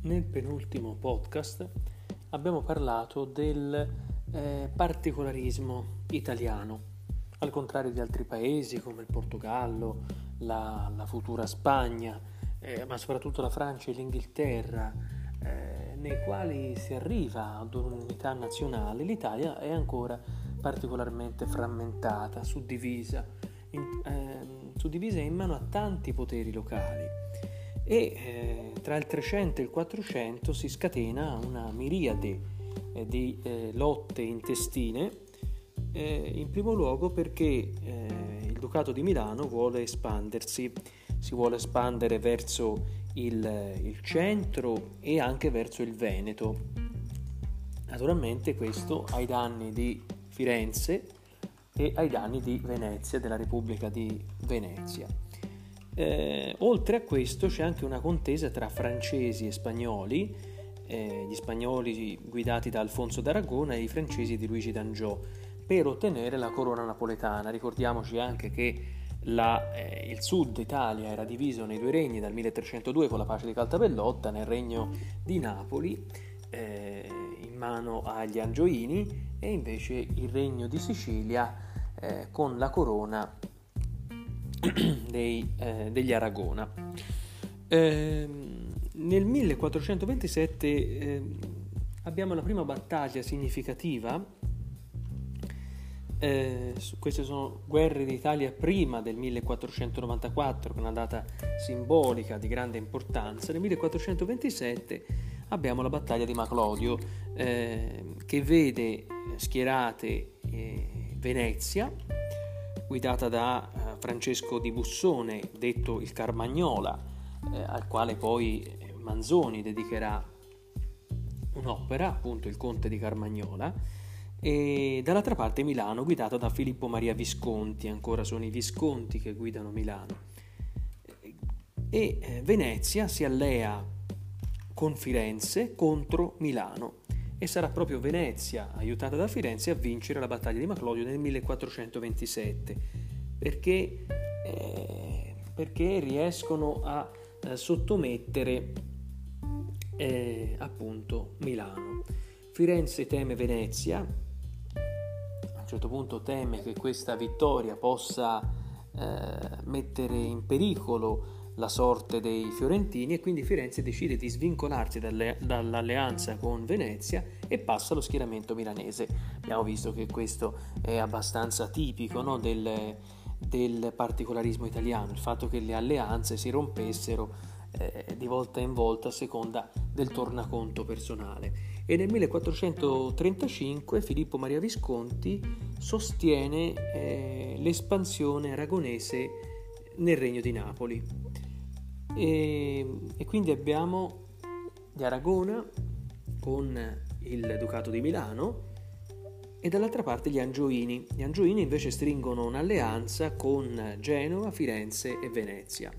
Nel penultimo podcast abbiamo parlato del particolarismo italiano, al contrario di altri paesi come il Portogallo, la futura Spagna, ma soprattutto la Francia e l'Inghilterra, nei quali si arriva ad un'unità nazionale. L'Italia è ancora particolarmente frammentata, suddivisa in mano a tanti poteri locali. E tra il 300 e il 400 si scatena una miriade di lotte intestine, in primo luogo perché il Ducato di Milano vuole espandersi, si vuole espandere verso il centro e anche verso il Veneto. Naturalmente questo ai danni di Firenze e ai danni di Venezia, della Repubblica di Venezia. Oltre a questo c'è anche una contesa tra francesi e spagnoli, gli spagnoli guidati da Alfonso d'Aragona e i francesi di Luigi d'Angiò, per ottenere la corona napoletana. Ricordiamoci anche che il sud Italia era diviso nei due regni dal 1302 con la pace di Caltabellotta, nel regno di Napoli in mano agli Angioini e invece il regno di Sicilia con la corona degli Aragona. Nel 1427 abbiamo la prima battaglia significativa. Queste sono guerre d'Italia prima del 1494, che è una data simbolica di grande importanza. Nel 1427 abbiamo la battaglia di Maclodio, che vede schierate Venezia, guidata da Francesco di Bussone, detto il Carmagnola, al quale poi Manzoni dedicherà un'opera, appunto il Conte di Carmagnola, e dall'altra parte Milano, guidata da Filippo Maria Visconti. Ancora sono i Visconti che guidano Milano. E Venezia si allea con Firenze contro Milano, e sarà proprio Venezia, aiutata da Firenze, a vincere la battaglia di Maclodio nel 1427, perché riescono a sottomettere appunto Milano. Firenze teme Venezia, a un certo punto teme che questa vittoria possa mettere in pericolo la sorte dei fiorentini, e quindi Firenze decide di svincolarsi dall'alleanza con Venezia e passa allo schieramento milanese. Abbiamo visto che questo è abbastanza tipico, no, del particolarismo italiano, il fatto che le alleanze si rompessero di volta in volta a seconda del tornaconto personale. E nel 1435 Filippo Maria Visconti sostiene l'espansione aragonese nel regno di Napoli. E quindi abbiamo di Aragona con il Ducato di Milano e dall'altra parte gli Angioini. Gli Angioini invece stringono un'alleanza con Genova, Firenze e Venezia.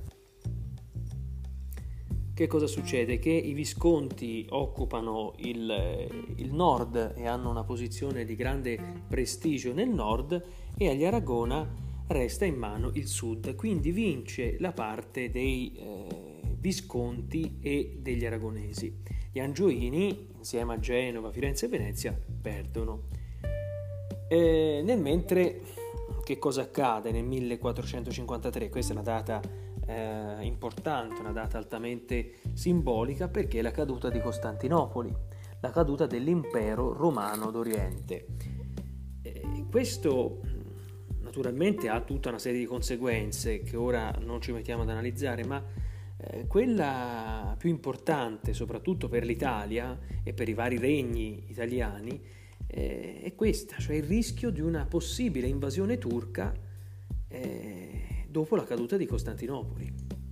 Che cosa succede? Che i Visconti occupano il nord e hanno una posizione di grande prestigio nel nord, e agli Aragona resta in mano il sud, quindi vince la parte dei Visconti e degli aragonesi. Gli Angioini, insieme a Genova, Firenze e Venezia, perdono. Nel mentre, che cosa accade nel 1453? Questa è una data importante, una data altamente simbolica, perché è la caduta di Costantinopoli, la caduta dell'impero romano d'Oriente. Questo naturalmente ha tutta una serie di conseguenze che ora non ci mettiamo ad analizzare, ma quella più importante, soprattutto per l'Italia e per i vari regni italiani, è questa, cioè il rischio di una possibile invasione turca dopo la caduta di Costantinopoli.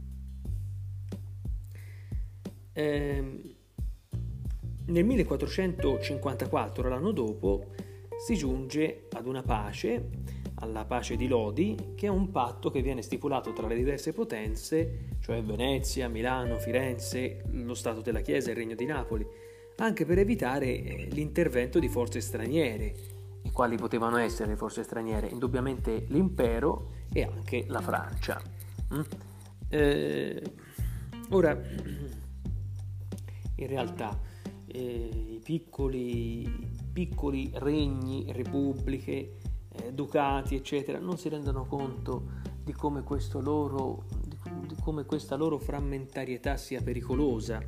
Nel 1454, l'anno dopo, si giunge ad una pace, alla pace di Lodi, che è un patto che viene stipulato tra le diverse potenze, cioè Venezia, Milano, Firenze, lo Stato della Chiesa e il Regno di Napoli, anche per evitare l'intervento di forze straniere. E quali potevano essere le forze straniere? Indubbiamente l'impero e anche la Francia. Ora, in realtà i piccoli regni, repubbliche, ducati, eccetera, non si rendono conto di come questa loro frammentarietà sia pericolosa.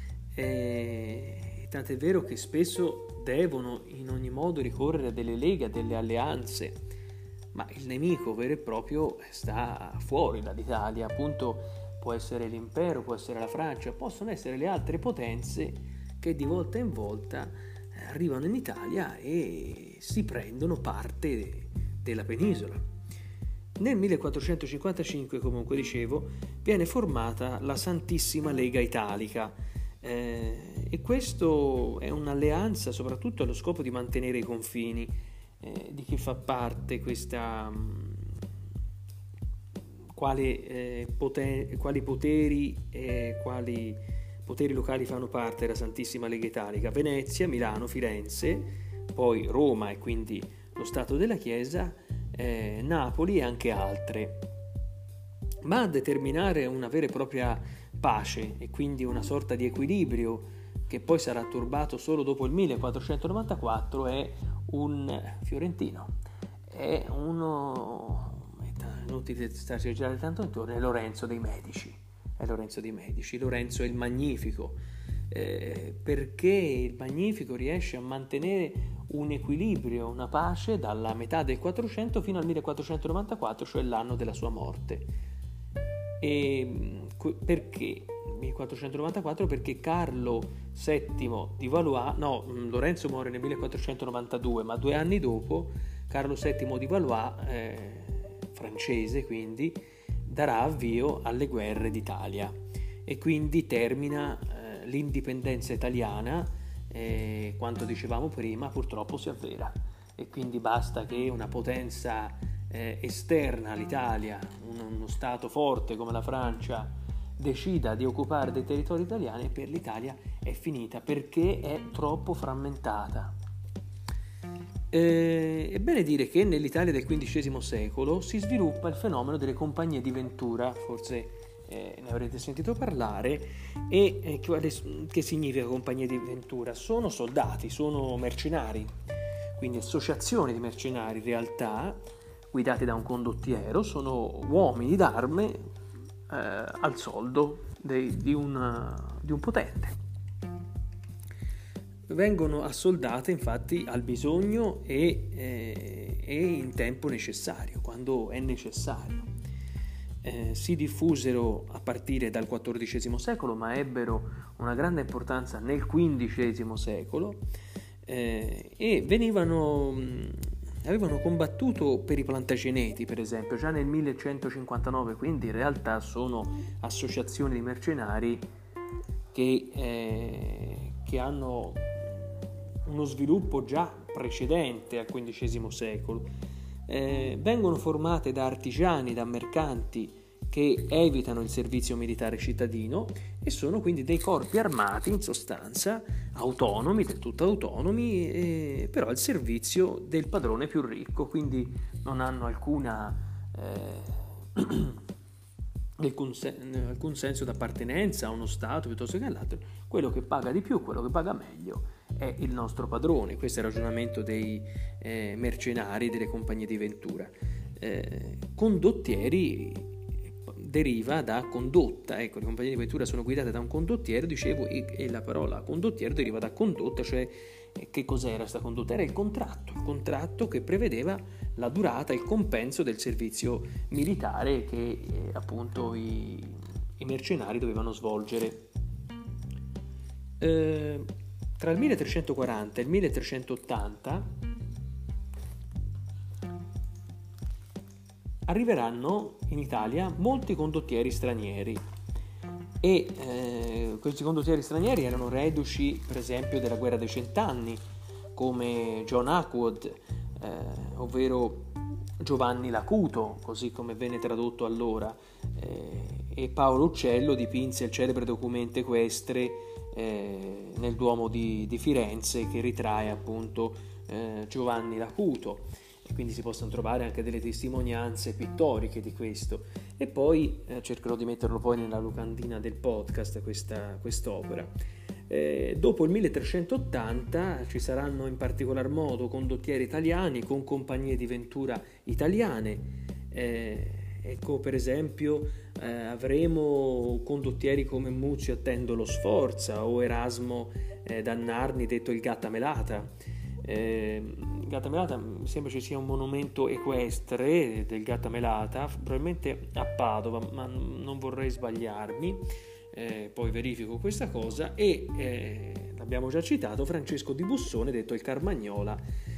Tant'è vero che spesso devono in ogni modo ricorrere a delle leghe, a delle alleanze, ma il nemico vero e proprio sta fuori dall'Italia. Appunto, può essere l'impero, può essere la Francia, possono essere le altre potenze che di volta in volta arrivano in Italia e si prendono parte della penisola. Nel 1455, comunque dicevo, viene formata la Santissima Lega Italica, e questo è un'alleanza soprattutto allo scopo di mantenere i confini. Di chi fa parte questa, quali poteri locali fanno parte della Santissima Lega Italica? Venezia, Milano, Firenze, poi Roma e quindi lo Stato della Chiesa, Napoli e anche altre. Ma a determinare una vera e propria pace e quindi una sorta di equilibrio che poi sarà turbato solo dopo il 1494 è un fiorentino, è uno, inutile starci a girare tanto intorno, è Lorenzo dei Medici. Lorenzo è il Magnifico, perché il Magnifico riesce a mantenere un equilibrio, una pace dalla metà del 400 fino al 1494, cioè l'anno della sua morte. E perché 1494? Perché Carlo VII di Valois, Lorenzo muore nel 1492, ma 2 anni dopo Carlo VII di Valois, francese quindi, darà avvio alle guerre d'Italia e quindi termina l'indipendenza italiana. Quanto dicevamo prima, purtroppo si avvera, e quindi basta che una potenza esterna all'Italia, uno stato forte come la Francia, decida di occupare dei territori italiani, e per l'Italia è finita, perché è troppo frammentata. È bene dire che nell'Italia del XV secolo si sviluppa il fenomeno delle compagnie di ventura, forse ne avrete sentito parlare. E che significa compagnie di ventura? Sono soldati, sono mercenari, quindi associazioni di mercenari in realtà, guidati da un condottiero, sono uomini d'arme al soldo di un potente. Vengono assoldate infatti al bisogno e in tempo necessario, quando è necessario. Si diffusero a partire dal XIV secolo, ma ebbero una grande importanza nel XV secolo, e avevano combattuto per i Plantageneti, per esempio, già nel 1159, quindi in realtà sono associazioni di mercenari che hanno uno sviluppo già precedente al XV secolo. Vengono formate da artigiani, da mercanti che evitano il servizio militare cittadino e sono quindi dei corpi armati, in sostanza autonomi, del tutto autonomi, però al servizio del padrone più ricco, quindi non hanno alcun senso d'appartenenza a uno stato piuttosto che all'altro. Quello che paga di più, quello che paga meglio è il nostro padrone. Questo è il ragionamento dei mercenari, delle compagnie di ventura. Condottieri deriva da condotta, ecco, le compagnie di ventura sono guidate da un condottiero, dicevo, e la parola condottiero deriva da condotta, cioè che cos'era questa condotta? Era il contratto che prevedeva la durata, il compenso del servizio militare che appunto i mercenari dovevano svolgere. Tra il 1340 e il 1380 arriveranno in Italia molti condottieri stranieri, e questi condottieri stranieri erano reduci per esempio della guerra dei 100 anni, come John Hawkwood, ovvero Giovanni l'Acuto, così come venne tradotto allora, e Paolo Uccello dipinse il celebre documento equestre nel Duomo di Firenze, che ritrae appunto Giovanni l'Acuto, e quindi si possono trovare anche delle testimonianze pittoriche di questo. E poi cercherò di metterlo poi nella locandina del podcast quest'opera. Dopo il 1380 ci saranno in particolar modo condottieri italiani con compagnie di ventura italiane. Ecco, per esempio, avremo condottieri come Muzio Attendolo Sforza o Erasmo da Narni, detto il Gattamelata. Gattamelata mi sembra ci sia un monumento equestre del Gattamelata, probabilmente a Padova, ma non vorrei sbagliarmi. Poi verifico questa cosa. E l'abbiamo già citato, Francesco di Bussone, detto il Carmagnola,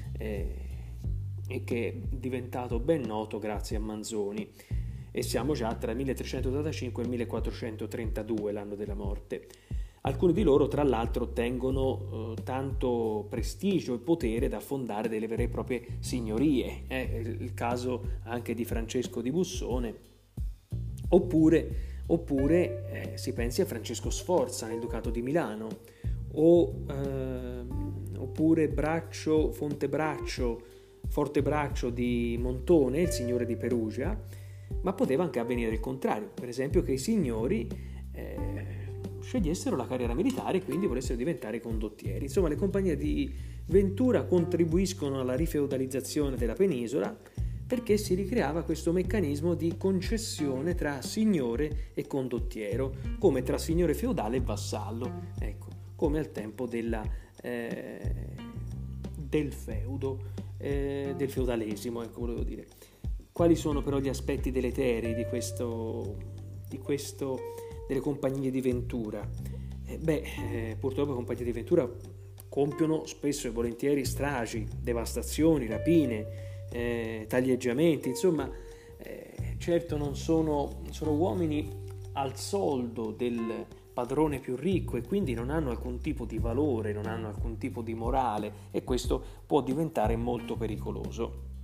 e che è diventato ben noto grazie a Manzoni, e siamo già tra il 1385 e il 1432, l'anno della morte. Alcuni di loro, tra l'altro, ottengono tanto prestigio e potere da fondare delle vere e proprie signorie. Il caso anche di Francesco di Bussone. Oppure si pensi a Francesco Sforza nel Ducato di Milano, oppure Fortebraccio di Montone, il signore di Perugia. Ma poteva anche avvenire il contrario, per esempio che i signori scegliessero la carriera militare e quindi volessero diventare condottieri. Insomma, le compagnie di ventura contribuiscono alla rifeudalizzazione della penisola, perché si ricreava questo meccanismo di concessione tra signore e condottiero, come tra signore feudale e vassallo, ecco, come al tempo del feudo, del feudalesimo, ecco, volevo dire. Quali sono però gli aspetti deleteri delle compagnie di ventura? Purtroppo le compagnie di ventura compiono spesso e volentieri stragi, devastazioni, rapine, taglieggiamenti, insomma, certo non sono uomini al soldo del padrone più ricco, e quindi non hanno alcun tipo di valore, non hanno alcun tipo di morale, e questo può diventare molto pericoloso.